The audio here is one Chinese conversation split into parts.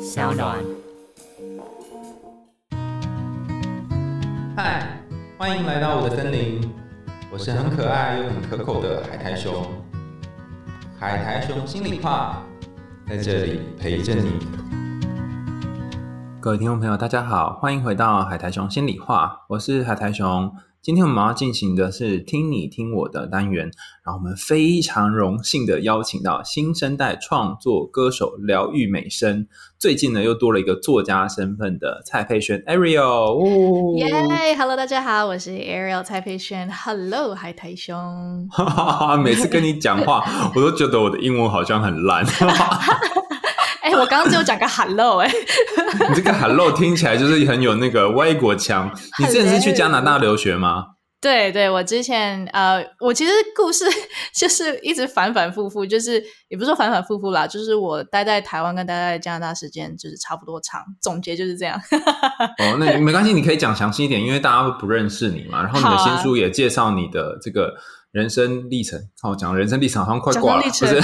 小暖。 嗨，欢迎来到我的森林，我是很可爱又很可口的海苔熊。海苔熊心里话，在这里陪着你。各位听众朋友，大家好，欢迎回到海苔熊心里话，我是海苔熊。今天我们要进行的是听你听我的单元，然后我们非常荣幸的邀请到新生代创作歌手疗愈美声，最近呢又多了一个作家身份的蔡佩萱 Ariel。 耶、Hello 大家好，我是 Ariel 蔡佩萱。Hello 海苔兄。 每次跟你讲话我都觉得我的英文好像很烂。 我刚刚只有讲个 hello 你这个 hello 听起来就是很有那个外国腔。你之前是去加拿大留学吗？ 对，我之前我其实故事就是一直反反复复，就是也不是说反反复复啦，就是我待在台湾跟待在加拿大时间就是差不多长，总结就是这样。 哦，那没关系，你可以讲详细一点，因为大家都不认识你嘛。然后你的新书也介绍你的这个人生历程。看我讲人生历程好像快挂了，不是？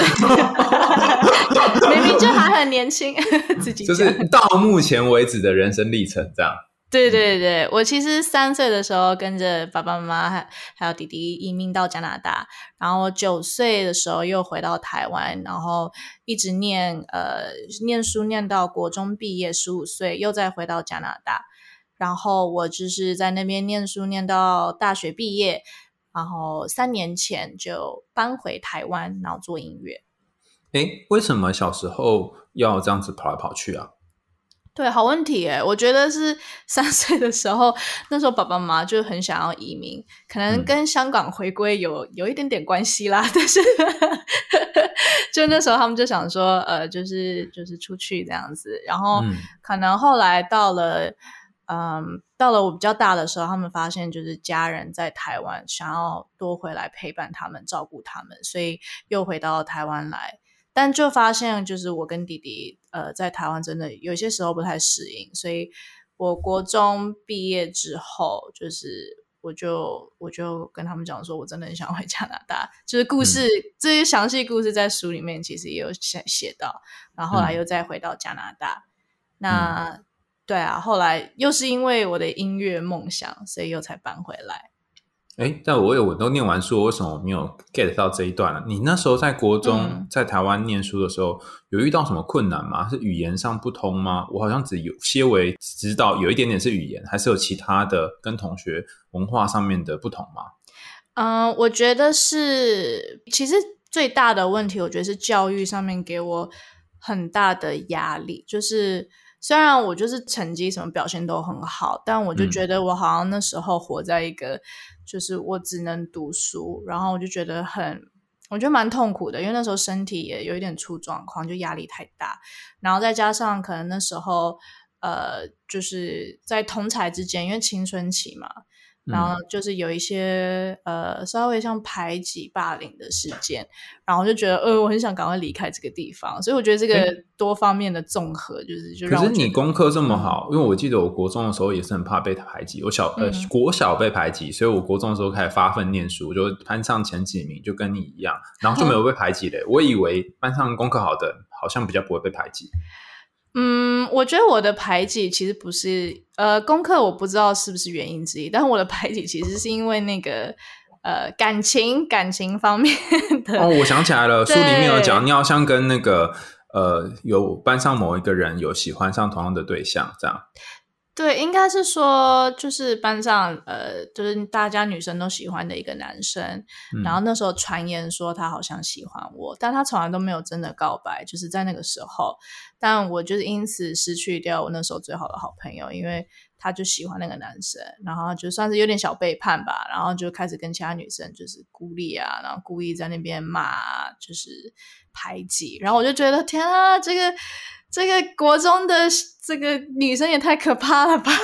明明就还很年轻，自己讲就是到目前为止的人生历程这样。 对，我其实3岁的时候跟着爸爸妈妈还有弟弟移民到加拿大，然后9岁的时候又回到台湾，然后一直念书念到国中毕业，15岁又再回到加拿大，然后我就是在那边念书念到大学毕业，然后3年前就搬回台湾，然后做音乐。 为什么小时候要这样子跑来跑去啊？ 对，好问题耶。我觉得是3岁的时候，那时候爸爸妈妈就很想要移民，可能跟香港回归有一点点关系啦。但是就那时候他们就想说，就是出去这样子。然后可能后来到了我比较大的时候，他们发现就是家人在台湾，想要多回来陪伴他们，照顾他们，所以又回到台湾来。但就发现就是我跟弟弟在台湾真的有些时候不太适应，所以我国中毕业之后，就是我就跟他们讲说我真的很想回加拿大，就是故事这些详细故事在书里面其实也有写到，然后后来又再回到加拿大。那对啊，后来又是因为我的音乐梦想，所以又才搬回来。 但我都念完书，为什么我没有 get 到这一段呢？你那时候在国中在台湾念书的时候，有遇到什么困难吗？是语言上不通吗？我好像只有些微知道有一点点是语言，还是有其他的跟同学文化上面的不同吗？ 我觉得是，其实最大的问题，我觉得是教育上面给我很大的压力，就是虽然我就是成绩什么表现都很好，但我就觉得我好像那时候活在一个就是我只能读书，然后我就觉得我觉得蛮痛苦的，因为那时候身体也有一点出状况，就压力太大，然后再加上可能那时候就是在同侪之间，因为青春期嘛，然后就是有一些稍微像排挤霸凌的事件，然后我就觉得我很想赶快离开这个地方，所以我觉得这个多方面的综合就让我觉得。 可是你功课这么好，因为我记得我国中的时候也是很怕被排挤，我国小被排挤，所以我国中的时候开始发奋念书，就班上前几名，就跟你一样，然后就没有被排挤嘞。我以为班上功课好的好像比较不会被排挤。 我觉得我的排挤其实不是功课，我不知道是不是原因之一，但是我的排挤其实是因为那个感情方面的。 我想起来了，书里面有讲你好像跟那个有班上某一个人有喜欢上同样的对象，这样。 对，应该是说就是班上就是大家女生都喜欢的一个男生，然后那时候传言说他好像喜欢我，但他从来都没有真的告白，就是在那个时候，但我就是因此失去掉我那时候最好的好朋友，因为他就喜欢那个男生，然后就算是有点小背叛吧，然后就开始跟其他女生就是孤立啊，然后故意在那边骂，就是排挤，然后我就觉得天啊，这个国中的这个女生也太可怕了吧。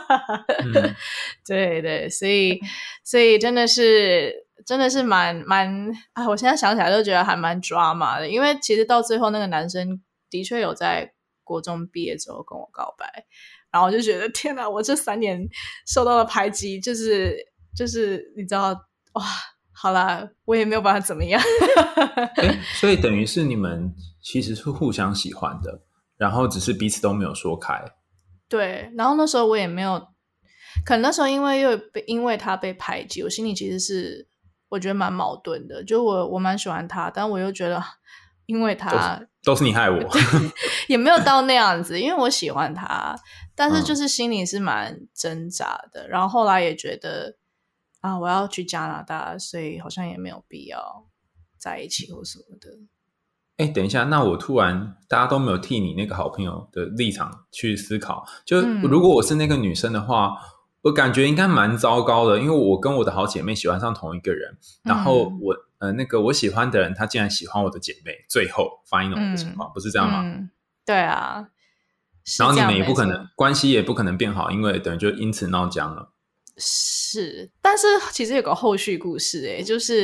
对，所以真的是蛮我现在想起来都觉得还蛮 drama 的，因为其实到最后那个男生的确有在国中毕业之后跟我告白，然后我就觉得天哪，我这3年受到的排挤就是你知道哇，好啦，我也没有办法怎么样。 所以等于是你们其实是互相喜欢的， 然后只是彼此都没有说开。 对，然后那时候我也没有，可能那时候因为他被排挤，我心里其实是我觉得蛮矛盾的，就我蛮喜欢他，但我又觉得因为他都是你害我也没有到那样子，因为我喜欢他，但是就是心里是蛮挣扎的，然后后来也觉得啊，我要去加拿大，所以好像也没有必要在一起或什么的。 等一下，那我突然大家都没有替你那个好朋友的立场去思考，就如果我是那个女生的话，我感觉应该蛮糟糕的，因为我跟我的好姐妹喜欢上同一个人，然后那个我喜欢的人他竟然喜欢我的姐妹，最后 final 的情况，不是这样吗？ 对啊， 然后你们也不可能关系也不可能变好，因为等于就因此闹僵了。 是，但是其实有个后续故事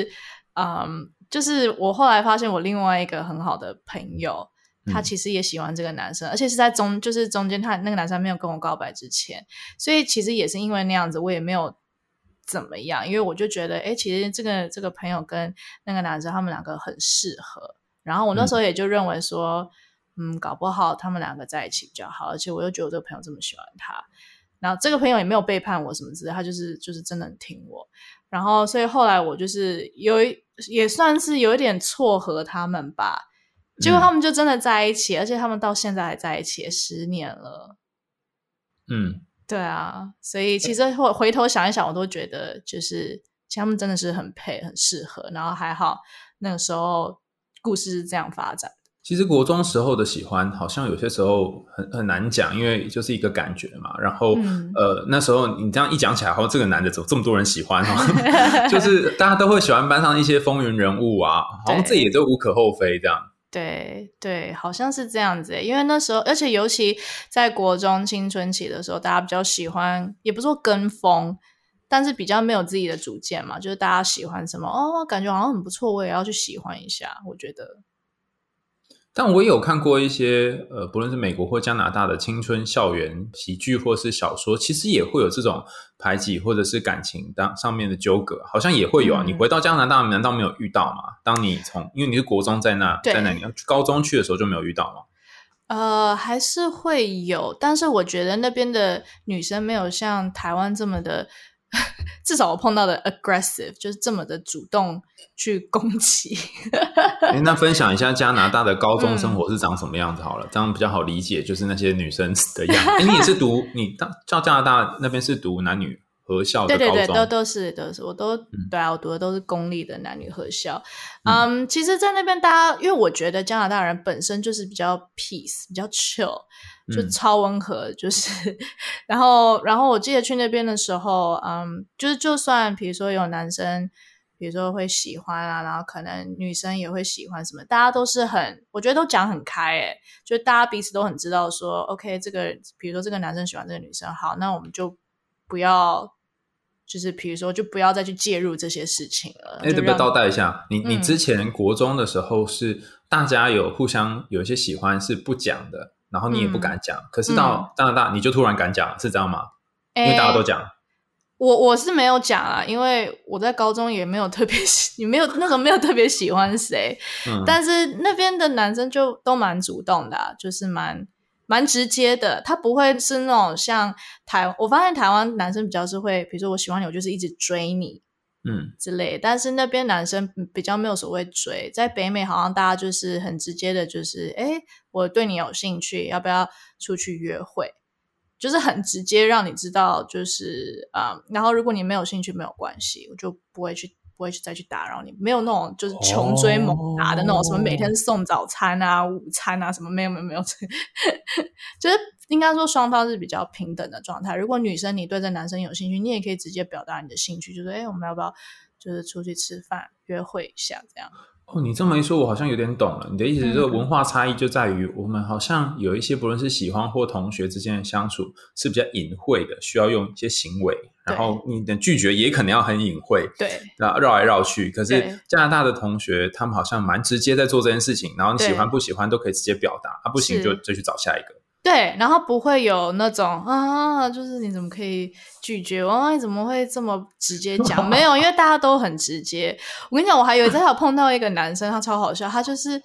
就是我后来发现我另外一个很好的朋友，他其实也喜欢这个男生，而且是在中间他那个男生没有跟我告白之前，所以其实也是因为那样子我也没有怎么样，因为我就觉得其实这个朋友跟那个男生他们两个很适合，然后我那时候也就认为说搞不好他们两个在一起比较好，而且我又觉得我这个朋友这么喜欢他，然后这个朋友也没有背叛我什么之类，他就是真的很听我，然后所以后来我就是也算是有一点撮合他们吧，结果他们就真的在一起，而且他们到现在还在一起10年了。对啊，所以其实回头想一想，我都觉得就是其实他们真的是很配很适合，然后还好那个时候故事是这样发展的。 其实国中时候的喜欢好像有些时候很难讲，因为就是一个感觉嘛，然后那时候你这样一讲起来，这个男的怎么这么多人喜欢就是大家都会喜欢班上一些风云人物啊，好像这也都无可厚非这样。 对，好像是这样子因为那时候而且尤其在国中青春期的时候，大家比较喜欢，也不是说跟风，但是比较没有自己的主见嘛，就是大家喜欢什么感觉好像很不错，我也要去喜欢一下，我觉得。 但我也有看过一些不论是美国或加拿大的青春校园喜剧或是小说，其实也会有这种排挤或者是感情上面的纠葛，好像也会有啊。你回到加拿大难道没有遇到吗？当你因为你是国中在那你要高中去的时候就没有遇到吗？ 还是会有，但是我觉得那边的女生没有像台湾这么的至少我碰到的 aggressive 就是这么的主动去攻击那分享一下加拿大的高中生活是长什么样子好了，这样比较好理解，就是那些女生的样子。你也是读你到加拿大那边是读男女合校的高中？ 对，都是我都对啊，我读的都是公立的男女合校。其实在那边大家因为我觉得加拿大人本身就是比较 peace 比较 chill，就超温和，就是然后我记得去那边的时候就是就算比如说有男生比如说会喜欢啊，然后可能女生也会喜欢什么，大家都是我觉得都讲很开就大家彼此都很知道说 OK 这个比如说这个男生喜欢这个女生，好，那我们就不要就是比如说就不要再去介入这些事情了。 对不对？倒带一下，你之前国中的时候是大家有互相有一些喜欢是不讲的，然后你也不敢讲，可是到加拿大你就突然敢讲，是这样吗？因为大家都讲。 我是没有讲啊，因为我在高中也没有特别那时候没有特别喜欢谁但是那边的男生就都蛮主动的就是蛮直接的，他不会是那种像我发现台湾男生比较是会比如说我喜欢你我就是一直追你之类，但是那边男生比较没有所谓追，在北美好像大家就是很直接的就是我对你有兴趣，要不要出去约会，就是很直接让你知道就是然后如果你没有兴趣没有关系，我就不会去再去打扰你，没有那种就是穷追猛打的那种什么每天送早餐啊午餐啊什么，没有就是应该说双方是比较平等的状态，如果女生你对这男生有兴趣，你也可以直接表达你的兴趣，就是我们要不要就是出去吃饭约会一下这样。 你这么一说我好像有点懂了，你的意思是文化差异就在于我们好像有一些不论是喜欢或同学之间的相处是比较隐晦的，需要用一些行为，然后你的拒绝也可能要很隐晦， 对， 绕来绕去，可是加拿大的同学他们好像蛮直接在做这件事情，然后你喜欢不喜欢都可以直接表达，不行就去找下一个。 对，然后不会有那种就是你怎么可以拒绝我，你怎么会这么直接讲没有，因为大家都很直接。我跟你讲，我还有碰到一个男生，他超好笑，他就是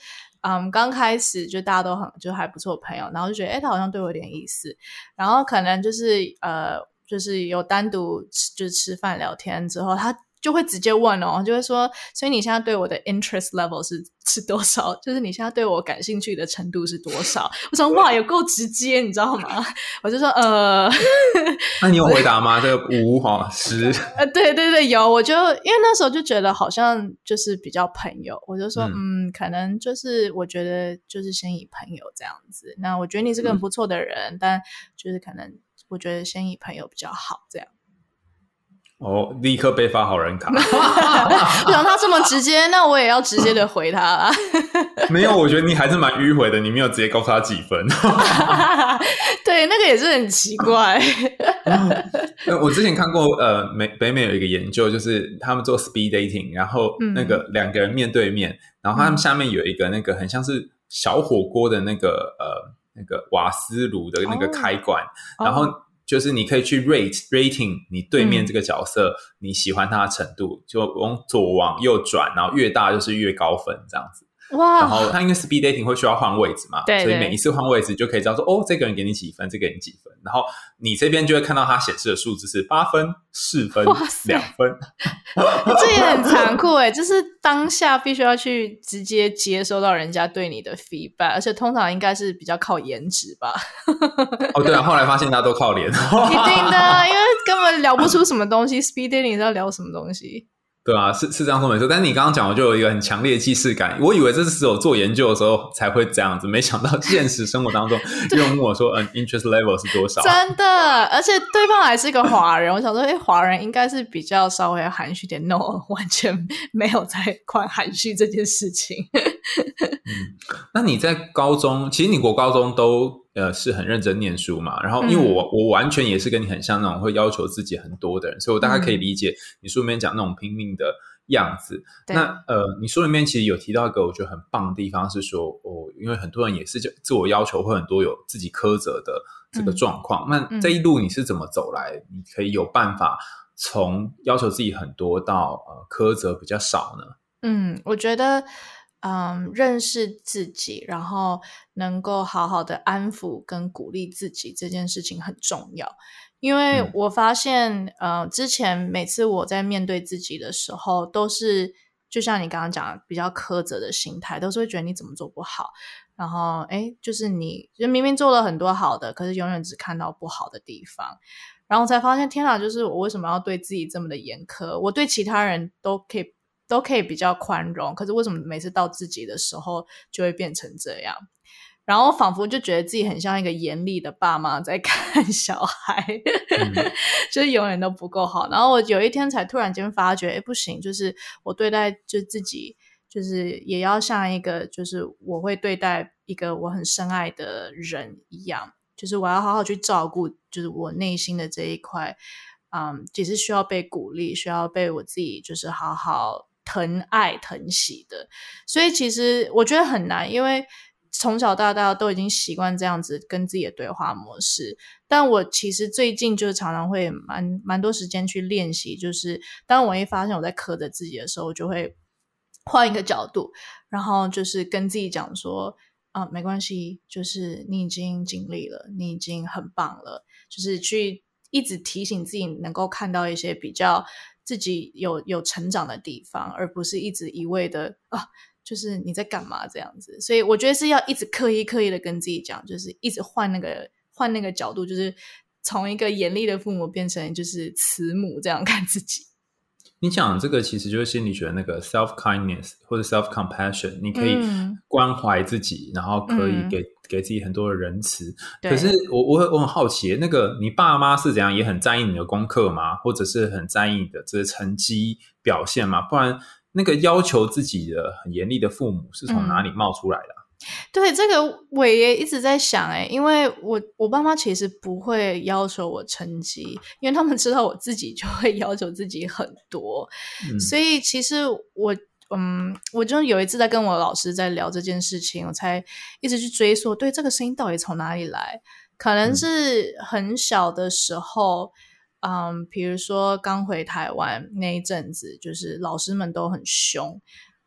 刚开始就大家都就还不错的朋友，然后就觉得他好像对我有点意思，然后可能就是有单独就是吃饭聊天之后，他就会直接问就会说，所以你现在对我的 interest level 是多少？就是你现在对我感兴趣的程度是多少？我说哇，有够直接，你知道吗？我就说那你有回答吗？这个5、10？ 对对对，有。我就因为那时候就觉得好像就是比较朋友，我就说可能就是我觉得就是先以朋友这样子。那我觉得你是个很不错的人，但就是可能我觉得先以朋友比较好这样。 立刻被发好人卡。不想他这么直接，那我也要直接的回他啦。 没有，我觉得你还是蛮迂回的，你没有直接告诉他几分。 对，那个也是很奇怪。 我之前看过北美有一个研究，就是他们做 speed dating， 然后那个2个人面对面，然后他们下面有一个那个很像是小火锅的那个瓦斯炉的那个开关，然后就是你可以去 rating 你对面这个角色你喜欢他的程度，就往左往右转，然后越大就是越高分这样子。 哇！ 然后他因为 speed dating 会需要换位置嘛， 对， 所以每一次换位置就可以知道说这个人给你几分，这个人几分，然后你这边就会看到他显示的数字是8分、4分、2分。 这也很残酷就是当下必须要去直接接收到人家对你的 feedback， 而且通常应该是比较靠颜值吧。 对啊，后来发现大家都靠脸。一定的，因为根本聊不出什么东西。speed dating 是要聊什么东西？ 对啊，是这样说没错，但是你刚刚讲，我就有一个很强烈的既视感。我以为这是只有做研究的时候才会这样子，没想到现实生活当中又问我说interest level 是多少？真的，而且对方还是一个华人，我想说，华人应该是比较稍微含蓄点 ，no， 完全没有在管含蓄这件事情。 那你在高中，其实你国高中都是很认真念书嘛，然后因为我完全也是跟你很像那种会要求自己很多的人，所以我大概可以理解你书里面讲那种拼命的样子。那你书里面其实有提到一个我觉得很棒的地方是说因为很多人也是自我要求会很多，有自己苛责的这个状况。那这一路你是怎么走来？你可以有办法从要求自己很多到苛责比较少呢？ 我觉得认识自己，然后能够好好的安抚跟鼓励自己这件事情很重要。因为我发现之前每次我在面对自己的时候，都是就像你刚刚讲的比较苛责的心态，都是会觉得你怎么做不好，然后就是你就明明做了很多好的，可是永远只看到不好的地方，然后才发现天哪，就是我为什么要对自己这么的严苛？我对其他人都可以比较宽容，可是为什么每次到自己的时候就会变成这样？然后仿佛就觉得自己很像一个严厉的爸妈在看小孩，就是永远都不够好。然后我有一天才突然间发觉不行，就是我对待就自己就是也要像一个就是我会对待一个我很深爱的人一样，就是我要好好去照顾就是我内心的这一块也是需要被鼓励，需要被我自己就是好好疼爱疼惜的。所以其实我觉得很难，因为从小到大都已经习惯这样子跟自己的对话模式，但我其实最近就常常会蛮多时间去练习，就是当我一发现我在苛责自己的时候，我就会换一个角度，然后就是跟自己讲说没关系，就是你已经尽力了，你已经很棒了，就是去一直提醒自己能够看到一些比较自己有成长的地方，而不是一直一味的就是你在干嘛这样子。所以我觉得是要一直刻意的跟自己讲，就是一直换那个角度，就是从一个严厉的父母变成就是慈母这样看自己。 你讲这个其实就是心理学的那个 self-kindness 或者 self-compassion， 你可以关怀自己，然后可以给自己很多的仁慈。可是我很好奇，那个你爸妈是怎样也很在意你的功课吗？或者是很在意你的这些成绩表现吗？不然那个要求自己的很严厉的父母是从哪里冒出来的？ 对，这个我也一直在想因为我爸妈其实不会要求我成绩，因为他们知道我自己就会要求自己很多，所以其实我就有一次在跟我老师在聊这件事情，我才一直去追溯，对这个声音到底从哪里来？可能是很小的时候，比如说刚回台湾那一阵子，就是老师们都很凶。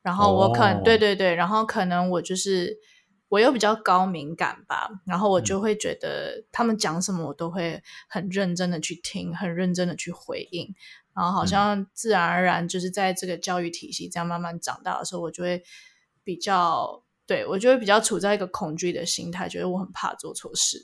然后我可能对，然后可能我就是我又比较高敏感吧，然后我就会觉得他们讲什么我都会很认真的去听，很认真的去回应，然后好像自然而然就是在这个教育体系这样慢慢长大的时候，我就会比较处在一个恐惧的心态，觉得我很怕做错事。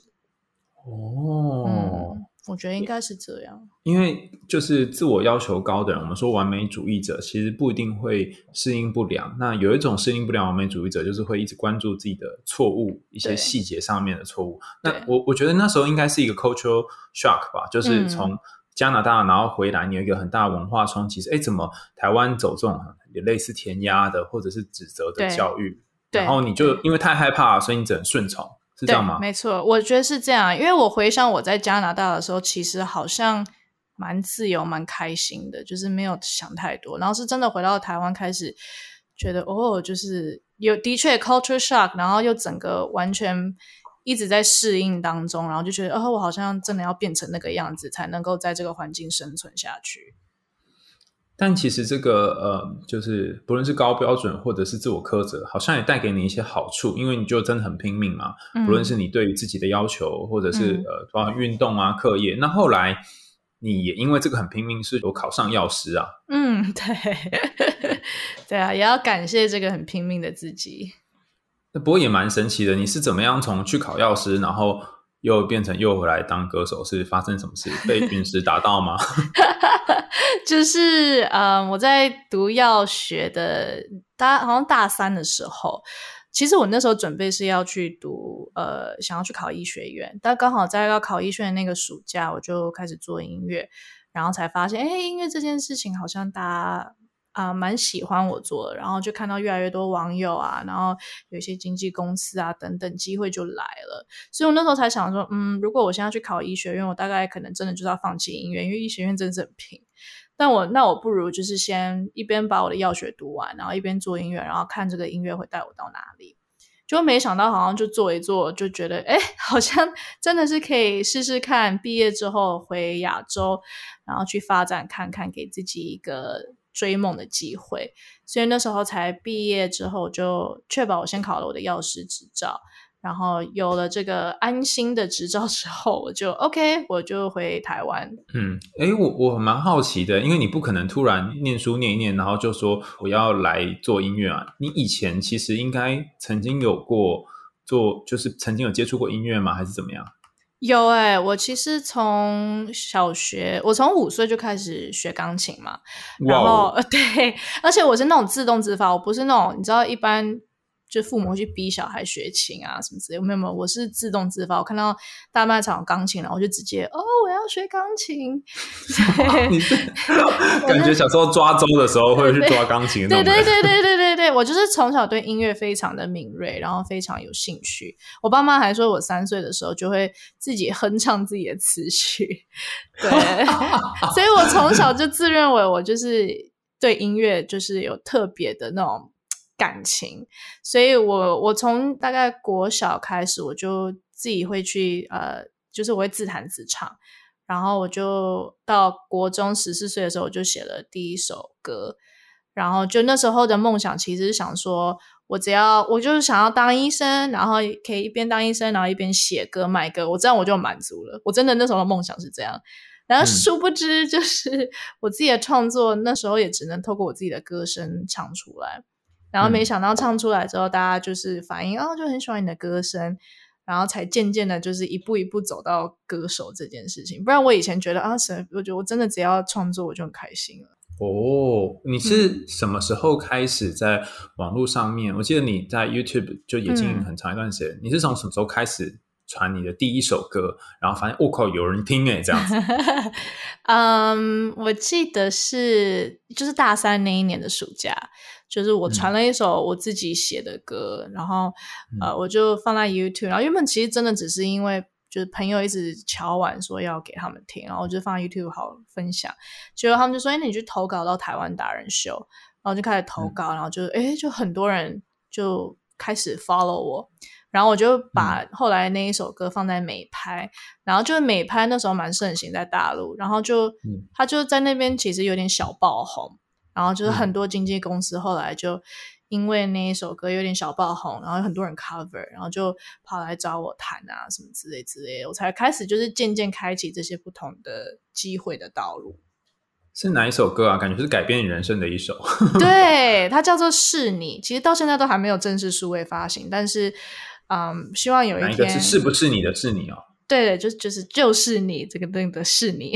我觉得应该是这样。 因为就是自我要求高的人，我们说完美主义者其实不一定会适应不良，那有一种适应不良完美主义者就是会一直关注自己的错误，一些细节上面的错误。那我觉得那时候应该是一个 cultural shock 吧，就是从加拿大然后回来，你有一个很大的文化冲击，怎么台湾走这种也类似填鸭的或者是指责的教育，然后你就因为太害怕了，所以你只能顺从，是这样吗？ 没错，我觉得是这样。因为我回想我在加拿大的时候，其实好像蛮自由蛮开心的，就是没有想太多，然后是真的回到台湾开始觉得就是的确 culture shock， 然后又整个完全一直在适应当中，然后就觉得我好像真的要变成那个样子才能够在这个环境生存下去。 但其实这个就是不论是高标准或者是自我苛责，好像也带给你一些好处，因为你就真的很拼命嘛，不论是你对于自己的要求或者是包括运动啊课业，那后来你也因为这个很拼命是有考上药师啊。 对对啊，也要感谢这个很拼命的自己。 不过也蛮神奇的，你是怎么样从去考药师然后又变成又回来当歌手，是发生什么事？被陨石打到吗？ 就是我在读药学的好像大3的时候，其实我那时候准备是要去读想要去考医学院，但刚好在要考医学院那个暑假我就开始做音乐，然后才发现音乐这件事情好像大家蛮喜欢我做的，然后就看到越来越多网友啊，然后有一些经纪公司啊等等机会就来了，所以我那时候才想说如果我现在去考医学院，我大概可能真的就是要放弃音乐，因为医学院真的是很拼，但那我不如就是先一边把我的药学读完，然后一边做音乐，然后看这个音乐会带我到哪里。就没想到好像就做一做就觉得好像真的是可以试试看，毕业之后回亚洲然后去发展看看，给自己一个追梦的机会，所以那时候才毕业之后就确保我先考了我的药师执照，然后有了这个安心的执照之后，我就 OK， 我就回台湾。 我蛮好奇的，因为你不可能突然念书念一念然后就说我要来做音乐啊，你以前其实应该曾经有过就是曾经有接触过音乐吗？还是怎么样？ 有我其实从小学，我从5岁就开始学钢琴嘛，然后对，而且我是那种自动自发，我不是那种你知道一般就父母会去逼小孩学琴啊什么之类的，没有，我是自动自发，我看到大卖场有钢琴，然后我就直接我要学钢琴。 你是感觉小时候抓周的时候会去抓钢琴的那种人。 对，我就是从小对音乐非常的敏锐，然后非常有兴趣，我爸妈还说我3岁的时候就会自己哼唱自己的词曲，对所以我从小就自认为我就是对音乐就是有特别的那种感情，所以我从大概国小开始，我就自己会去就是我会自弹自唱，然后我就到国中14岁的时候，我就写了第一首歌，然后就那时候的梦想其实是想说我就是想要当医生，然后可以一边当医生然后一边写歌卖歌，我这样我就满足了，我真的那时候的梦想是这样。然后殊不知就是我自己的创作那时候也只能透过我自己的歌声唱出来，然后没想到唱出来之后大家就是反应就很喜欢你的歌声，然后才渐渐的就是一步一步走到歌手这件事情，不然我以前觉得我觉得我真的只要创作我就很开心了。 你是什么时候开始在网络上面我记得你在 YouTube 就也经营很长一段时间，你是从什么时候开始传你的第一首歌，然后发现靠有人听这样子？ 我记得就是大3那一年的暑假，就是我传了一首我自己写的歌，然后我就放在 YouTube， 然后原本其实真的只是因为就是朋友一直敲碗说要给他们听，然后我就放在 YouTube 好分享，结果他们就说那你去投稿到台湾达人秀，然后就开始投稿，然后就就很多人就开始 follow 我，然后我就把后来那一首歌放在美拍，然后就是美拍那时候蛮盛行在大陆，然后他就在那边其实有点小爆红， 然后就是很多经纪公司后来就因为那一首歌有点小爆红，然后有很多人 cover， 然后就跑来找我弹啊什么之类之类的，我才开始就是渐渐开启这些不同的机会的道路。 是哪一首歌啊？感觉是改变你人生的一首。 对，它叫做是你，其实到现在都还没有正式数位发行，但是希望有一天。 哪一个是不是你的是你哦？ 对，就是你这个真的是你。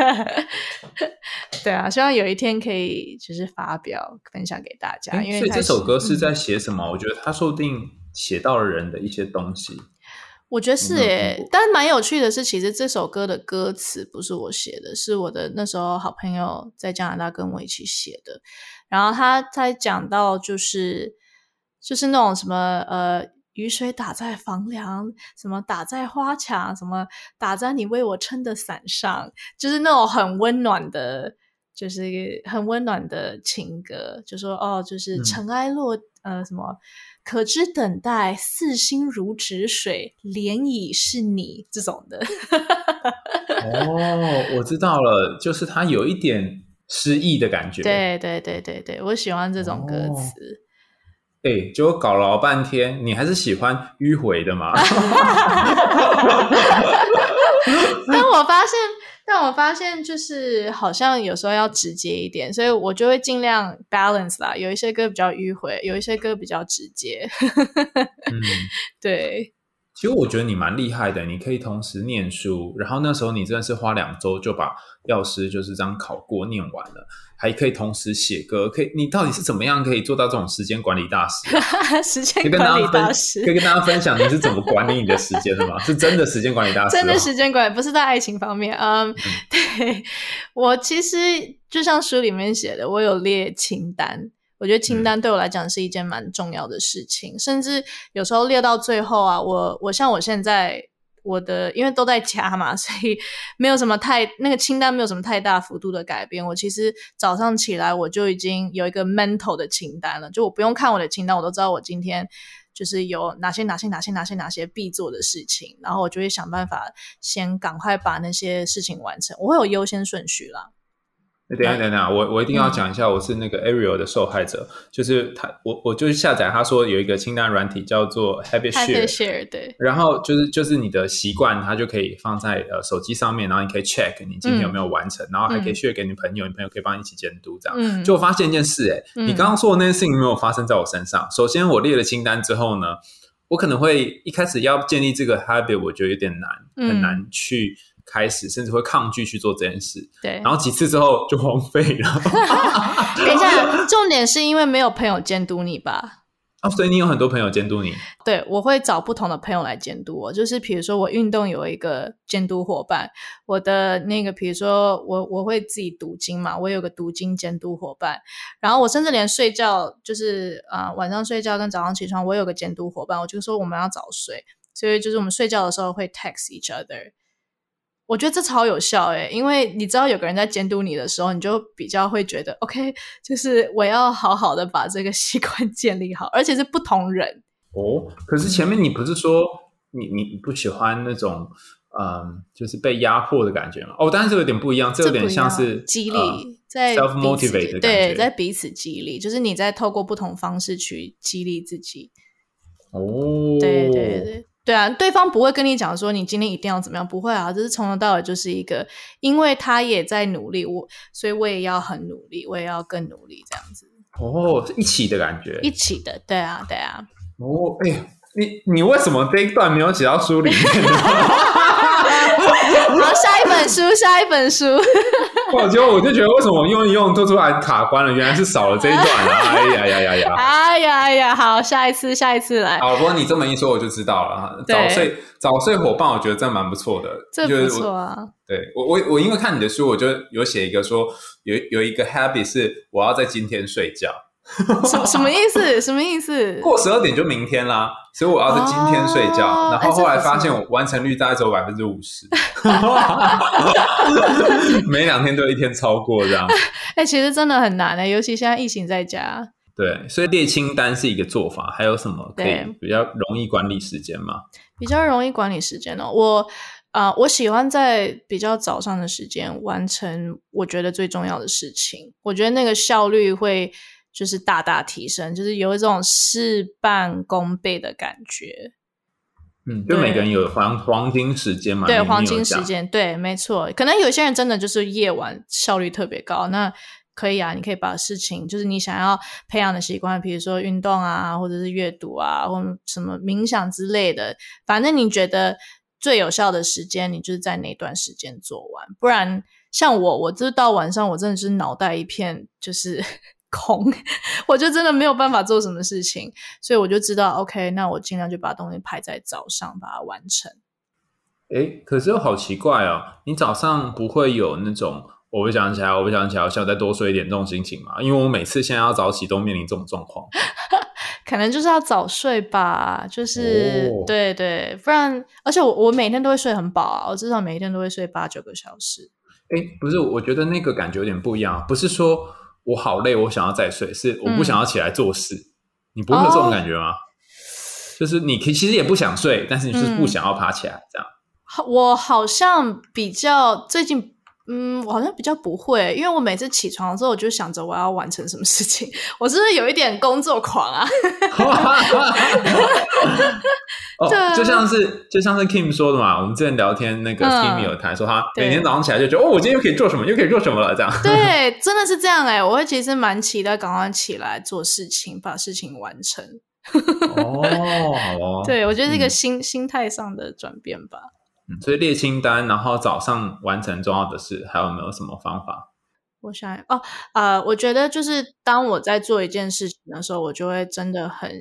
对啊，希望有一天可以就是发表分享给大家。因为所以这首歌是在写什么？我觉得他说不定写到了人的一些东西。 我觉得是耶，但是蛮有趣的是，其实这首歌的歌词不是我写的，是我的那时候好朋友在加拿大跟我一起写的。然后他在讲到就是那种什么雨水打在房梁，什么打在花墙，什么打在你为我撑的伞上，就是那种很温暖的，就是很温暖的情歌，就说就是尘埃落什么可知等待，似心如止水，涟漪是你这种的。 我知道了，就是它有一点诗意的感觉。 对，我喜欢这种歌词。 结果搞了半天，你还是喜欢迂回的嘛？但我发现就是好像有时候要直接一点，所以我就会尽量 balance 啦。有一些歌比较迂回，有一些歌比较直接。对。 其实我觉得你蛮厉害的，你可以同时念书，然后那时候你真的是花2周就把药师就是这样考过念完了，还可以同时写歌，你到底是怎么样可以做到这种时间管理大师啊？ 时间管理大师可以跟大家分享你是怎么管理你的时间的吗？是真的时间管理大师， 真的时间管理，不是在爱情方面。对，我其实就像书里面写的，我有列清单。我觉得清单对我来讲是一件蛮重要的事情，甚至有时候列到最后啊，我像我现在因为都在家嘛，所以没有什么那个清单没有什么太大幅度的改变。我其实早上起来我就已经有一个 mental 的清单了，就我不用看我的清单，我都知道我今天就是有哪些必做的事情，然后我就会想办法先赶快把那些事情完成，我会有优先顺序啦。 等一下，我一定要讲一下，我是那个 Ariel 的受害者，就是我就是下载他说有一个清单软体叫做 Habit Share， 对， 然后就是你的习惯，它就可以放在手机上面，然后你可以 check 你今天有没有完成，然后还可以 share 给你朋友，你朋友可以帮你一起监督这样。就我发现一件事，你刚刚说的那件事情没有发生在我身上。首先我列了清单之后呢，我可能会一开始要建立这个 habit， 我觉得有点难，很难去开始，甚至会抗拒去做这件事。 对， 然后几次之后就荒废了。 等一下，重点是因为没有朋友监督你吧？ 所以你有很多朋友监督你？ 对，我会找不同的朋友来监督我。就是比如说我运动有一个监督伙伴，我的那个比如说我会自己读经嘛，我有个读经监督伙伴。然后我甚至连睡觉，就是晚上睡觉跟早上起床，我有个监督伙伴，我就说我们要早睡，所以就是我们睡觉的时候会 text each other。我觉得这超有效因为你知道有个人在监督你的时候，你就比较会觉得 OK， 就是我要好好的把这个习惯建立好，而且是不同人。 可是前面你不是说你不喜欢那种就是被压迫的感觉吗？但是这有点不一样，这有点像是激励，在 self motivate 的感觉。 对，在彼此激励，就是你在透过不同方式去激励自己。对啊，对方不会跟你讲说你今天一定要怎么样，不会啊，这是从头到尾就是一个，因为他也在努力，所以我也要很努力，我也要更努力这样子。 是一起的感觉， 一起的，对啊。 你为什么这一段没有写到书里面呢？ 好，下一本书。 我就觉得为什么用做出来卡关了，原来是少了这一段哎呀，好，下一次来。 好，不过你这么一说我就知道了。早睡伙伴我觉得真蛮不错的， 这不错啊。 对，我因为看你的书，我就有写一个说有一个 habit 是我要在今天睡觉。 什么意思？过 12点就明天啦，所以我要在今天睡觉。然后后来发现我完成率大概只有 50%， 每2天都有1天超过这样。 其实真的很难尤其现在疫情在家。 对，所以列清单是一个做法，还有什么可以比较容易管理时间吗？ 比较容易管理时间我我喜欢在比较早上的时间完成我觉得最重要的事情，我觉得那个效率会就是大大提升，就是有一种事半功倍的感觉。 就每个人有黄金时间嘛， 对，黄金时间，对，没错。可能有些人真的就是夜晚效率特别高，那可以啊，你可以把事情就是你想要培养的习惯，比如说运动啊，或者是阅读啊，或什么冥想之类的，反正你觉得最有效的时间，你就是在那段时间做完。不然像我就是到晚上我真的是脑袋一片就是空，我就真的没有办法做什么事情，所以我就知道 OK， 那我尽量就把东西排在早上把它完成。 可是又好奇怪哦，你早上不会有那种我不想起来，我想再多睡一点这种心情嘛？因为我每次现在要早起都面临这种状况。 可能就是要早睡吧，就是对对，不然而且我每天都会睡很饱啊，我至少每一天都会睡8-9个小时。 不是，我觉得那个感觉有点不一样，不是说我好累我想要再睡，是我不想要起来做事。你不会有这种感觉吗？就是你其实也不想睡，但是你就是不想要爬起来这样。 我好像比较最近我好像比较不会，因为我每次起床之后我就想着我要完成什么事情，我是不是有一点工作狂啊？ 就像是 Kim 说的嘛，我们之前聊天那个 Kim 有谈说他每天早上起来就觉得我今天又可以做什么又可以做什么了这样。 对，真的是这样我会其实蛮期待赶快起来做事情，把事情完成。 好对，我觉得是一个心态上的转变吧。 所以列清单，然后早上完成重要的事，还有没有什么方法？ 我想我觉得就是当我在做一件事情的时候，我就会真的很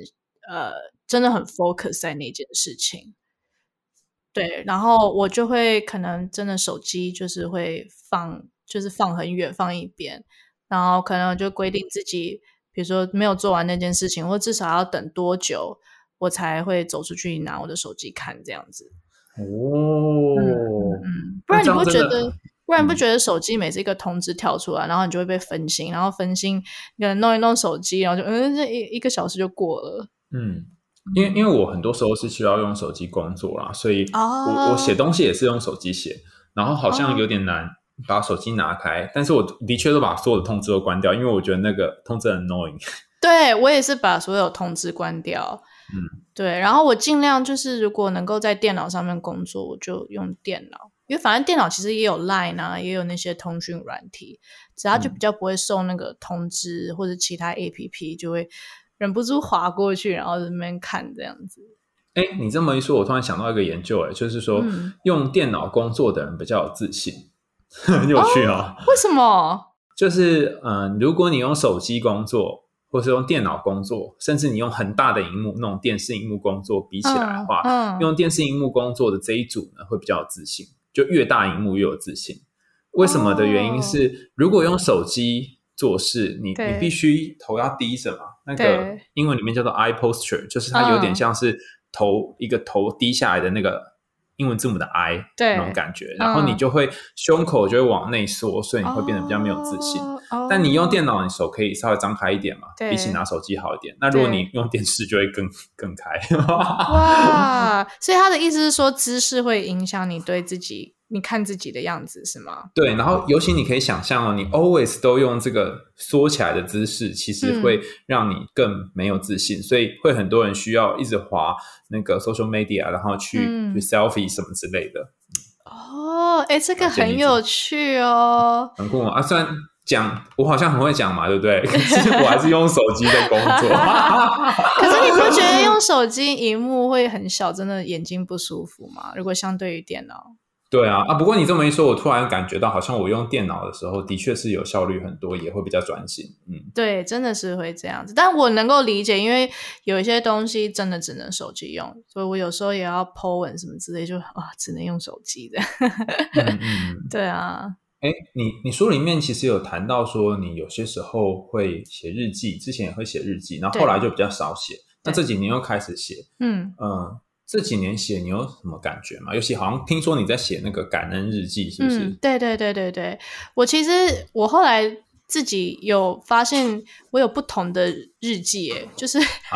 focus 在那件事情。对，然后我就会可能真的手机就是会放很远，放一边，然后可能我就规定自己，比如说没有做完那件事情，或至少要等多久，我才会走出去拿我的手机看这样子。不然你不觉得手机每次一个通知跳出来，然后你就会被分心，然后分心可能弄一弄手机，然后就这一个小时就过了。 因为我很多时候是需要用手机工作啦，所以我写东西也是用手机写，然后好像有点难把手机拿开，但是我的确都把所有的通知都关掉，因为我觉得那个通知很 annoying。 对，我也是把所有通知关掉。对，然后我尽量就是如果能够在电脑上面工作，我就用电脑，因为反正电脑其实也有 Line 啊，也有那些通讯软体，只要就比较不会受那个通知或者其他 APP 就会忍不住滑过去，然后在那边看这样子。 你这么一说，我突然想到一个研究，就是说用电脑工作的人比较有自信。很有趣为什么？ 就是如果你用手机工作或是用电脑工作，甚至你用很大的萤幕那种电视萤幕工作比起来的话，用电视萤幕工作的这一组呢会比较有自信，就越大萤幕越有自信。为什么的原因是，如果用手机做事，你必须头要低着嘛，那个英文里面叫做 eye posture， 就是它有点像是一个头低下来的那个英文字母的 I 那种感觉，然后你就会胸口就会往内缩，所以你会变得比较没有自信。但你用电脑，你手可以稍微张开一点嘛，比起拿手机好一点。那如果你用电视，就会更开。 哇，所以他的意思是说，姿势会影响你对自己，你看自己的样子是吗？ 对，然后尤其你可以想象你 always 都用这个缩起来的姿势，其实会让你更没有自信，所以会很多人需要一直滑那个 social media， 然后去 selfie 什么之类的。 这个很有趣哦， 很酷嘛！虽然我好像很会讲嘛，对不对？可是我还是用手机在工作。 可是你不觉得用手机萤幕会很小，真的眼睛不舒服吗？如果相对于电脑。 对啊，不过你这么一说，我突然感觉到好像我用电脑的时候的确是有效率很多，也会比较专心。 对，真的是会这样子，但我能够理解，因为有一些东西真的只能手机用，所以我有时候也要 po 文什么之类，就只能用手机的。对啊。 你书里面其实有谈到说你有些时候会写日记，之前也会写日记，然后后来就比较少写，那这几年又开始写。这几年写你有什么感觉吗？尤其好像听说你在写那个感恩日记，是不是？ 对，我其实我后来自己有发现我有不同的日记耶，就是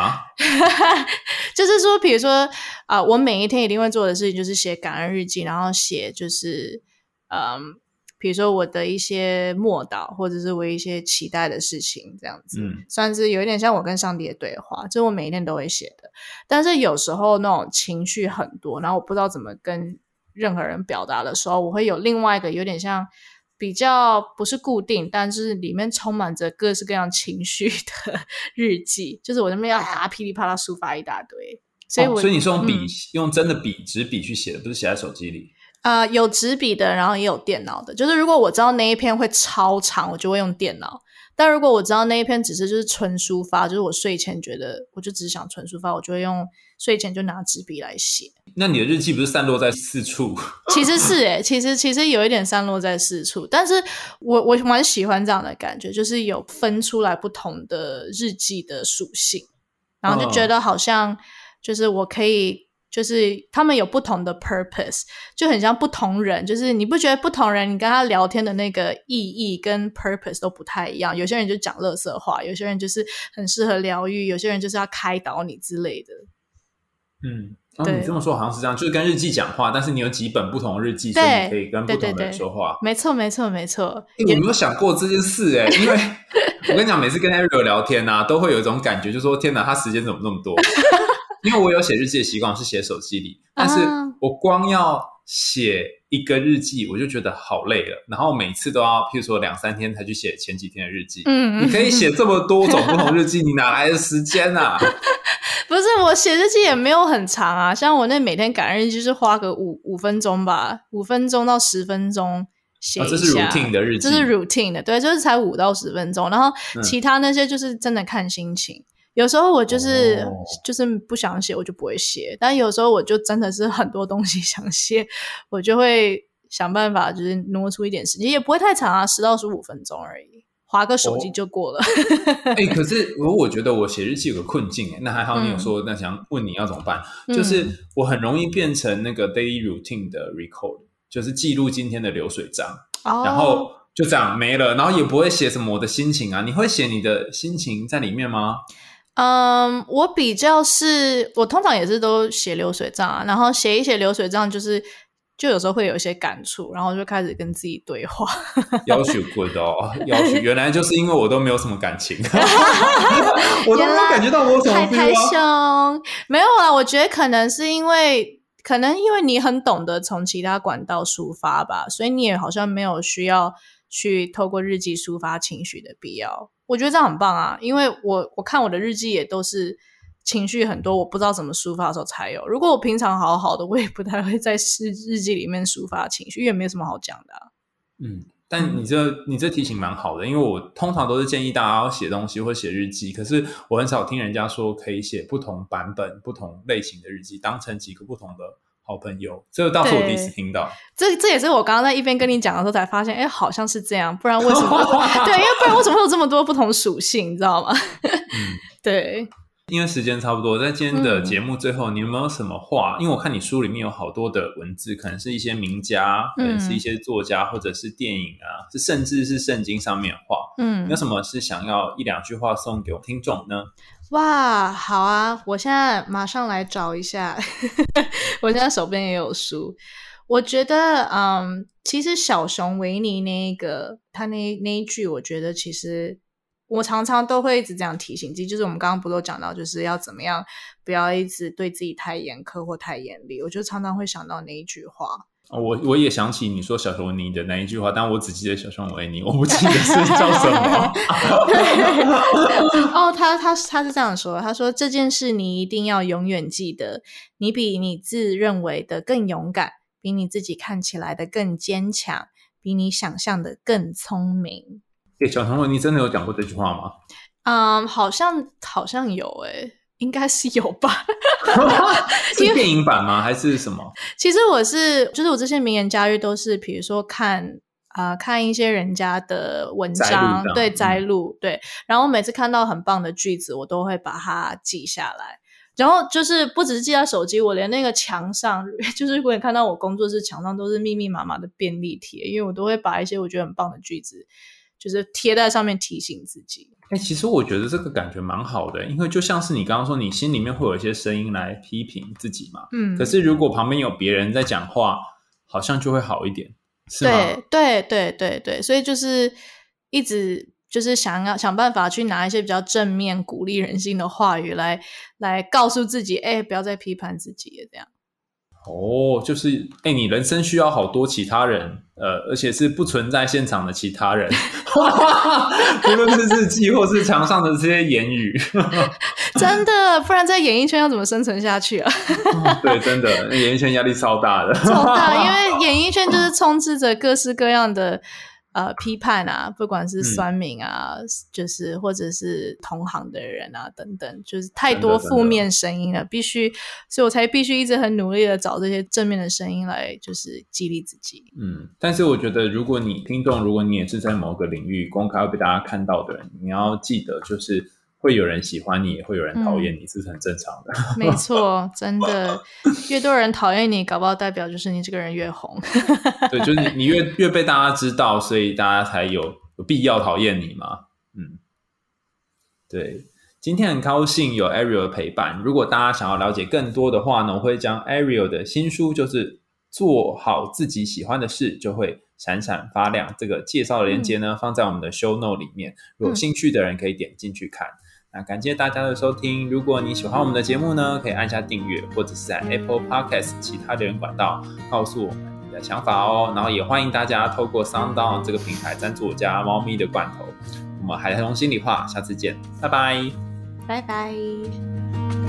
就是说比如说我每一天一定会做的事情就是写感恩日记，然后写就是比如说我的一些默祷，或者是我一些期待的事情，这样子，算是有一点像我跟上帝的对话，这我每一天都会写的。但是有时候那种情绪很多，然后我不知道怎么跟任何人表达的时候，我会有另外一个有点像比较不是固定，但是里面充满着各式各样情绪的日记，就是我那边要噼里啪啦抒发一大堆。 所以你是用笔、用真的笔纸笔去写的，不是写在手机里？ 有纸笔的，然后也有电脑的。就是如果我知道那一篇会超长，我就会用电脑。但如果我知道那一篇只是就是纯抒发，就是我睡前觉得我就只想纯抒发，我就会用睡前就拿纸笔来写。 那你的日记不是散落在四处？ 其实是其实有一点散落在四处，但是我蛮喜欢这样的感觉，就是有分出来不同的日记的属性，然后就觉得好像就是我可以。就是他们有不同的 purpose， 就很像不同人，就是你不觉得不同人你跟他聊天的那个意义跟 purpose 都不太一样，有些人就讲垃圾话，有些人就是很适合疗愈，有些人就是要开导你之类的。 你这么说好像是这样，就是跟日记讲话，但是你有几本不同的日记，所以你可以跟不同的人说话。 没错没错没错。 我没有想过这件事因为我跟你讲，每次跟 Ariel 聊天都会有一种感觉，就是说天哪，他时间怎么那么多？因为我有写日记的习惯，我是写手机里，但是我光要写一个日记我就觉得好累了，然后每次都要譬如说2-3天才去写前几天的日记。你可以写这么多种不同日记，你哪来的时间啊？ 不是，我写日记也没有很长啊，像我那每天感恩日记就是花个5分钟吧，5分钟到10分钟写一下。 这是 routine 的日记， 这是 routine 的，对，就是才5到10分钟，然后其他那些就是真的看心情。有时候我就是不想写，我就不会写。但有时候我就真的是很多东西想写，我就会想办法，就是挪出一点时间，也不会太长啊，10到15分钟而已，滑个手机就过了。 可是我觉得我写日记有个困境那还好你有说，那想问你要怎么办？就是我很容易变成那个 daily routine 的 record， 就是记录今天的流水账，然后就这样没了，然后也不会写什么我的心情啊。你会写你的心情在里面吗？ 我比较是，我通常也是都写流水账啊，然后写一写流水账，就有时候会有一些感触，然后就开始跟自己对话。要求过的原来就是因为我都没有什么感情，我都没有感觉到我有什么 feel 太凶，没有啦，我觉得可能因为你很懂得从其他管道抒发吧，所以你也好像没有需要去透过日记抒发情绪的必要。我觉得这样很棒啊，因为我看我的日记也都是情绪很多，我不知道怎么抒发的时候才有。如果我平常好好的，我也不太会在日记里面抒发情绪，因为没什么好讲的但你这提醒蛮好的，因为我通常都是建议大家要写东西或写日记，可是我很少听人家说可以写不同版本、不同类型的日记，当成几个不同的好朋友，这个倒是我第一次听到。这也是我刚刚在一边跟你讲的时候才发现，好像是这样，不然为什么对，因为不然为什么会有这么多不同属性，你知道吗？对。 因为时间差不多，在今天的节目最后，你有没有什么话？因为我看你书里面有好多的文字，可能是一些名家，可能是一些作家，或者是电影啊，甚至是圣经上面的话。有什么是想要1-2句话送给我听众呢？ 哇，好啊，我现在马上来找一下。我现在手边也有书。我觉得其实小熊维尼他那一句，我觉得其实我常常都会一直这样提醒自己，就是我们刚刚不都讲到就是要怎么样不要一直对自己太严苛或太严厉，我就常常会想到那一句话。 我也想起你说小熊维尼的那一句话，但我只记得小熊维尼，我不记得是叫什么。 他是这样说，他说这件事你一定要永远记得，你比你自认为的更勇敢，比你自己看起来的更坚强，比你想象的更聪明。 小熊维尼真的有讲过这句话吗？ 好像有应该是有吧。 是电影版吗？还是什么？ 其实我这些名言佳句都是比如说看一些人家的文章，对，摘录，对，然后每次看到很棒的句子我都会把它记下来，然后就是不只是记在手机，我连那个墙上，就是如果你看到我工作室墙上都是密密麻麻的便利贴，因为我都会把一些我觉得很棒的句子就是贴在上面提醒自己。 其实我觉得这个感觉蛮好的，因为就像是你刚刚说，你心里面会有一些声音来批评自己嘛。可是如果旁边有别人在讲话，好像就会好一点，是吗？ 对，所以就是一直就是想办法去拿一些比较正面鼓励人心的话语来告诉自己，不要再批判自己了，这样。 就是你人生需要好多其他人，而且是不存在现场的其他人，不论是日记或是墙上的这些言语， 真的，不然在演艺圈要怎么生存下去啊？ 对，真的，演艺圈压力超大的， 超大，因为演艺圈就是充斥着各式各样的批判啊，不管是酸民啊，就是或者是同行的人啊等等，就是太多负面声音了，所以我才必须一直很努力的找这些正面的声音来就是激励自己。 但是我觉得如果你也是在某个领域公开会被大家看到的人，你要记得就是会有人喜欢你，也会有人讨厌你，这是很正常的。 没错，真的，越多人讨厌你，搞不好代表就是你这个人越红。 对，就是你越被大家知道，所以大家才有必要讨厌你嘛。对，今天很高兴有 Ariel 的陪伴。如果大家想要了解更多的话呢，我会将 Ariel 的新书就是做好自己喜欢的事就会闪闪发亮这个介绍的连结呢，放在我们的 show note 里面，如果有兴趣的人可以点进去看。那感谢大家的收听，如果你喜欢我们的节目呢，可以按下订阅，或者是在 Apple Podcast 其他留言管道告诉我们你的想法哦。然后也欢迎大家透过 SoundOn 这个平台赞助我家猫咪的罐头。我们海苔熊心里话，下次见，拜拜， 拜拜。